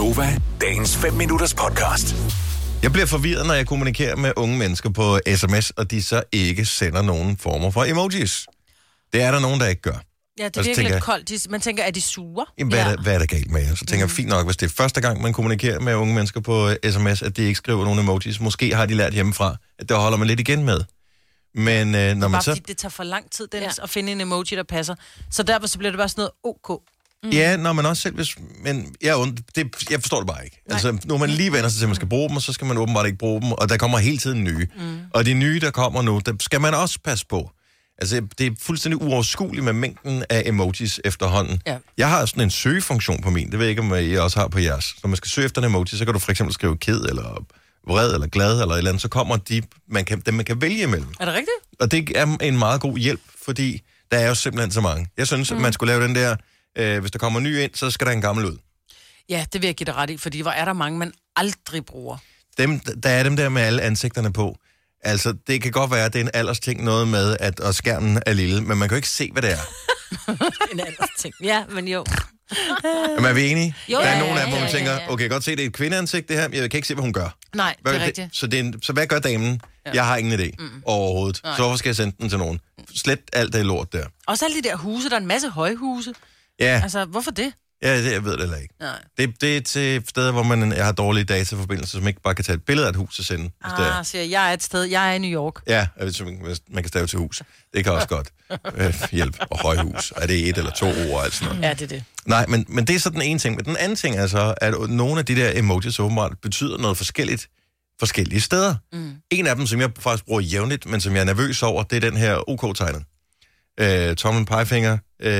Gonova, dagens 5 minutters podcast. Jeg bliver forvirret, når jeg kommunikerer med unge mennesker på sms, og de så ikke sender nogen former for emojis. Det er der nogen, der ikke gør. Ja, det virker lidt koldt. Man tænker, er de sure? Jamen, hvad er der galt med jer? Så tænker jeg, fint nok, hvis det er første gang, man kommunikerer med unge mennesker på sms, at de ikke skriver nogen emojis. Måske har de lært hjemmefra, at det holder man lidt igen med. Men når man så... det tager for lang tid, Dennis, at finde en emoji, der passer. Så derfor så bliver det bare sådan noget OK. Ja, når man også selv... Men jeg forstår det bare ikke. Nej. Altså, når man lige vender sig til, at man skal bruge dem, og så skal man åbenbart ikke bruge dem, og der kommer hele tiden nye. Og de nye, der kommer nu, der skal man også passe på. Altså, det er fuldstændig uoverskueligt med mængden af emojis efterhånden. Ja. Jeg har sådan en søgefunktion på min, det ved jeg ikke, om I også har på jeres. Når man skal søge efter en emoji, så kan du for eksempel skrive ked, eller vred, eller glad, eller et eller andet, så kommer dem, man kan vælge imellem. Er det rigtigt? Og det er en meget god hjælp, fordi der er jo simpelthen så mange. Jeg synes, at man skulle lave den der, hvis der kommer ny ind, så skal der en gammel ud. Ja, det vil jeg give dig ret i, fordi hvor er der mange, man aldrig bruger. Der er dem der med alle ansigterne på. Altså, det kan godt være, at det er en aldersting, noget med, at skærmen er lille, men man kan jo ikke se, hvad det er. En aldersting. Ja, men jo. Men er vi enige? Jo, der er nogen af dem, hvor man tænker, okay, jeg kan godt se, det er et kvindeansigt, det her, men jeg kan ikke se, hvad hun gør. Nej, det er rigtigt. Så hvad gør damen? Ja. Jeg har ingen idé overhovedet. Nej. Så hvorfor skal jeg sende den til nogen? Slet alt det lort der. Også alle de der huse, der er en masse højhuse. Ja. Altså, hvorfor det? Ja, jeg ved det heller ikke. Nej. Det er til steder, hvor jeg har dårlige dataforbindelser, som ikke bare kan tage et billede af et hus og sende. Siger jeg er et sted. Jeg er i New York. Ja, man kan stave til hus. Det kan også godt hjælpe. Og højhus. Er det 1 eller 2 ord? Altså noget. Ja, det er det. Nej, men det er så den ene ting. Men den anden ting er så, at nogle af de der emojis åbenbart betyder noget forskellige steder. En af dem, som jeg faktisk bruger jævnligt, men som jeg er nervøs over, det er den her OK-tegnet. Tommel pegefinger.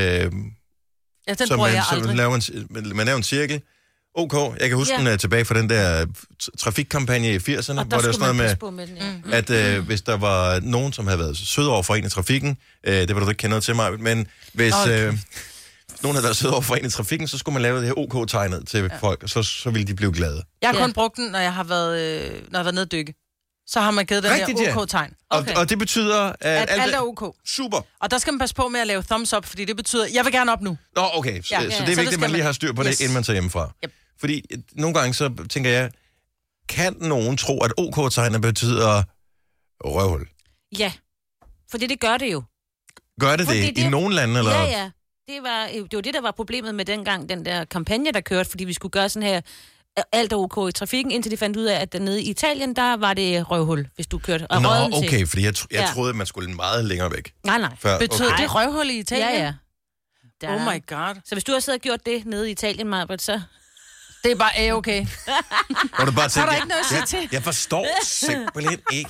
Ja, den bruger jeg aldrig. Man laver en cirkel. OK, jeg kan huske den tilbage fra den der trafikkampagne i 80'erne, hvor det var sådan noget med, at hvis der var nogen, som havde været søde over for en i trafikken, det var du ikke kende noget til mig, men hvis nogen havde været søde over for en i trafikken, så skulle man lave det her OK-tegnet til folk, og så ville de blive glade. Jeg har kun brugt den, når jeg har været nede at dykke. Så har man givet den der OK-tegn. Okay. Og det betyder, at alt er OK. Super. Og der skal man passe på med at lave thumbs up, fordi det betyder, jeg vil gerne op nu. Nå, okay. Så det er vigtigt, at man lige har styr på det, inden man tager hjemmefra. Yep. Fordi nogle gange så tænker jeg, kan nogen tro, at OK-tegnet betyder røvhul? Ja, fordi det gør det jo. Gør det det i nogle lande? Eller? Ja. Det var det, der var problemet med dengang, den der kampagne, der kørte, fordi vi skulle gøre sådan her, alt er OK i trafikken, indtil de fandt ud af, at dernede i Italien, der var det røvhul, hvis du kørte. Og okay, fordi jeg troede, at man skulle meget længere væk. Nej. Betyder det røvhul i Italien? Ja. Oh my god. Så hvis du har siddet og gjort det nede i Italien, Marbert, så... Det er bare okay. Så er der ikke noget at sige til. Jeg forstår simpelthen ikke.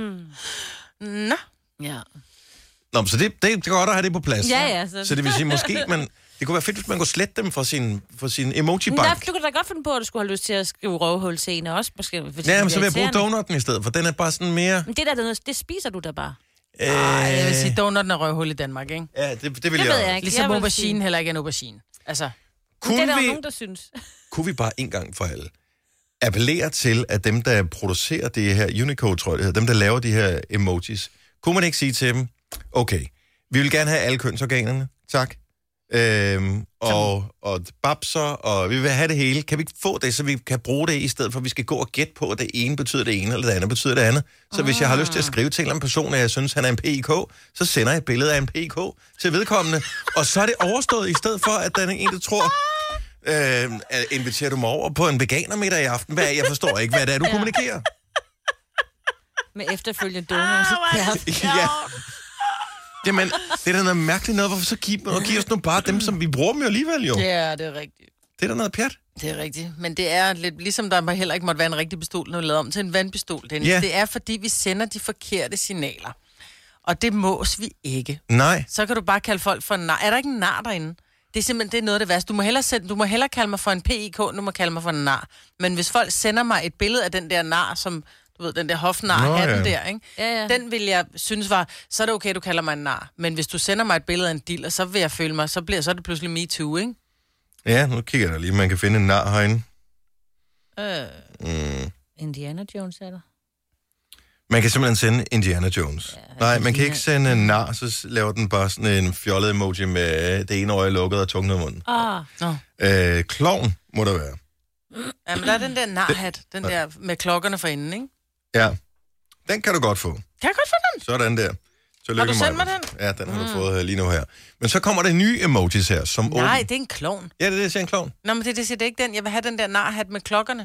Nå. Ja. Nå, så det er godt at have det på plads. Ja. Så det vil sige, måske det kunne være fedt, hvis man kunne slette dem for sin emoji-bank. Nej, du kan da godt finde på, at du skulle have lyst til at skrive røvhul senere også. Måske, ja, men så vil jeg bruge donutten i stedet, for den er bare sådan mere... Men det spiser du da bare. Jeg vil sige, donutten er røvhul i Danmark, ikke? Ja, det vil jeg ikke. Ligesom aubergine heller ikke er en aubergine. Altså... Det er der nogen, der synes. Kunne vi bare en gang for alle appellere til, at dem, der producerer det her Unicode, tror jeg det hedder, dem, der laver de her emojis, kunne man ikke sige til dem, okay, vi vil gerne have alle kønsorganerne, tak, og babser, og vi vil have det hele. Kan vi ikke få det, så vi kan bruge det, i stedet for, at vi skal gå og gætte på, at det ene betyder det ene, eller det andet betyder det andet. Så hvis jeg har lyst til at skrive til en person, at jeg synes, han er en PIK, så sender jeg et billede af en PIK til vedkommende, og så er det overstået, i stedet for, at der er en, der tror, inviterer du mig over på en veganermiddag i aften? Jeg forstår ikke, hvad det er, du kommunikerer. Med efterfølgende donuts. Ja. Jamen, det er da noget mærkeligt noget. Hvorfor så giver os nu bare dem, som vi bruger dem jo alligevel jo? Ja, det er rigtigt. Det er da noget pjat. Det er rigtigt. Men det er lidt ligesom, der heller ikke måtte være en rigtig pistol, når vi lavede om til en vandpistol, Dennis. Yeah. Det er, fordi vi sender de forkerte signaler. Og det mås vi ikke. Nej. Så kan du bare kalde folk for en nar. Er der ikke en nar derinde? Det er simpelthen noget af det værste. Du må hellere kalde mig for en PIK, du må kalde mig for en nar. Men hvis folk sender mig et billede af den der nar, som... Du ved, den der hofnar-hatten der, ikke? Ja. Den vil jeg synes var, så er det okay, du kalder mig en nar. Men hvis du sender mig et billede af en diller, så vil jeg føle mig, så er det pludselig me too, ikke? Ja, nu kigger jeg lige, man kan finde en nar herinde. Indiana Jones er der. Man kan simpelthen sende Indiana Jones. Ja, nej, man kan ikke sende en nar, så laver den bare sådan en fjollet emoji med det ene øje lukket og tungen ud af munden. No. Klovn må der være. Ja, men der er den der narhat, den der med klokkerne for enden, ikke? Ja, den kan du godt få. Kan jeg godt få den? Sådan der. Har du sendt mig den? Ja, den har du fået lige nu her. Men så kommer der nye emojis her, som... Nej, det er en klovn. Ja, det er en klovn. Nå, men det er ikke den. Jeg vil have den der narhat med klokkerne.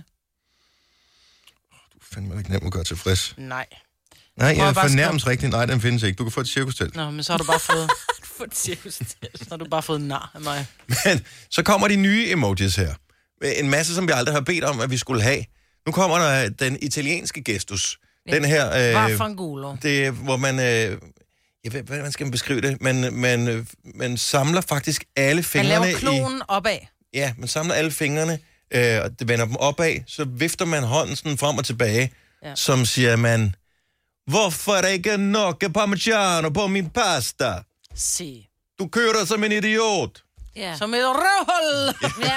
Du er fandme ikke nem at gøre tilfreds. Nej. Nej, jeg fornærmes rigtigt. Nej, den findes ikke. Du kan få et cirkustelt. Nå, men så har du bare fået... Så har du bare fået nar af mig. Men så kommer de nye emojis her. En masse, som vi aldrig har bedt om, at vi skulle have. Nu kommer der den italienske gestus. Ja. Den her... Vaffangulo. Det hvor man... Jeg ved, hvordan skal man beskrive det? Man samler faktisk alle fingrene i... Man laver klonen opad. Ja, man samler alle fingrene, og det vender dem opad, så vifter man hånden sådan frem og tilbage, som siger man... Hvorfor er der ikke nok parmigiano på min pasta? Se. Du kører som en idiot. Ja. Som et røvhul. Ja.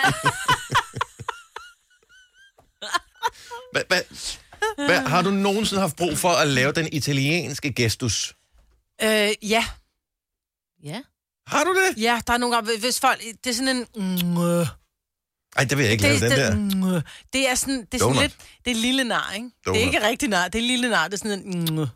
Har du nogensinde haft brug for at lave den italienske gestus? Ja. Ja. Har du det? Ja, der er nogle gange, hvis folk... Det er sådan en... Ej, det vil jeg ikke lave, den der. Det er sådan lidt... Det er lille nar, ikke? Donut. Det er ikke rigtig nar, det er lille nar. Det er sådan en... De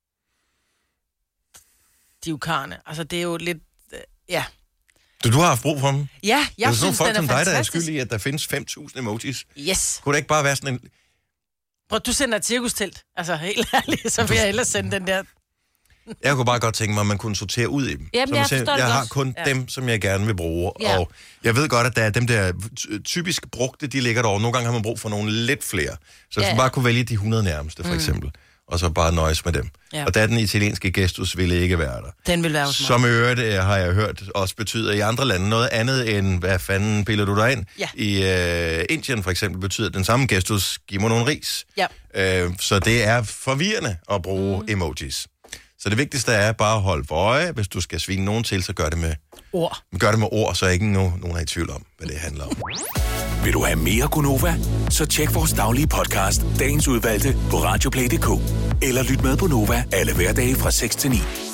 er jo karne. Altså, det er jo lidt... Ja. Du har haft brug for dem? Ja, jeg synes, den er fantastisk. Det er sådan folk som dig, der er skyld i, at der findes 5.000 emojis. Yes. Kunne det ikke bare være sådan en... Prøv, du sender et cirkustelt. Altså, helt ærligt, så vil jeg ellers sende den der... Jeg kunne bare godt tænke mig, at man kunne sortere ud i dem. Jamen, jeg har kun dem, som jeg gerne vil bruge. Ja. Og jeg ved godt, at der er dem der typisk brugte, de ligger derovre. Nogle gange har man brug for nogle lidt flere. Så jeg bare kunne vælge de 100 nærmeste, for eksempel. Og så bare nøjes med dem. Ja. Og der den italienske gestus ville ikke være der. Den vil være hos mig. Som i øvrigt, har jeg hørt, også betyder i andre lande noget andet end, hvad fanden piller du dig ind? Ja. I Indien for eksempel betyder den samme gestus, giv mig nogle ris. Ja. Så det er forvirrende at bruge emojis. Så det vigtigste er bare at holde for øje. Hvis du skal svine nogen til, så gør det med ord. Gør det med ord, så ikke nogen er i tvivl om, hvad det handler om. Vil du have mere Gunova? Så tjek vores daglige podcast, dagens udvalgte, på radioplay.dk. Eller lyt med på Nova alle hverdage fra 6 til 9.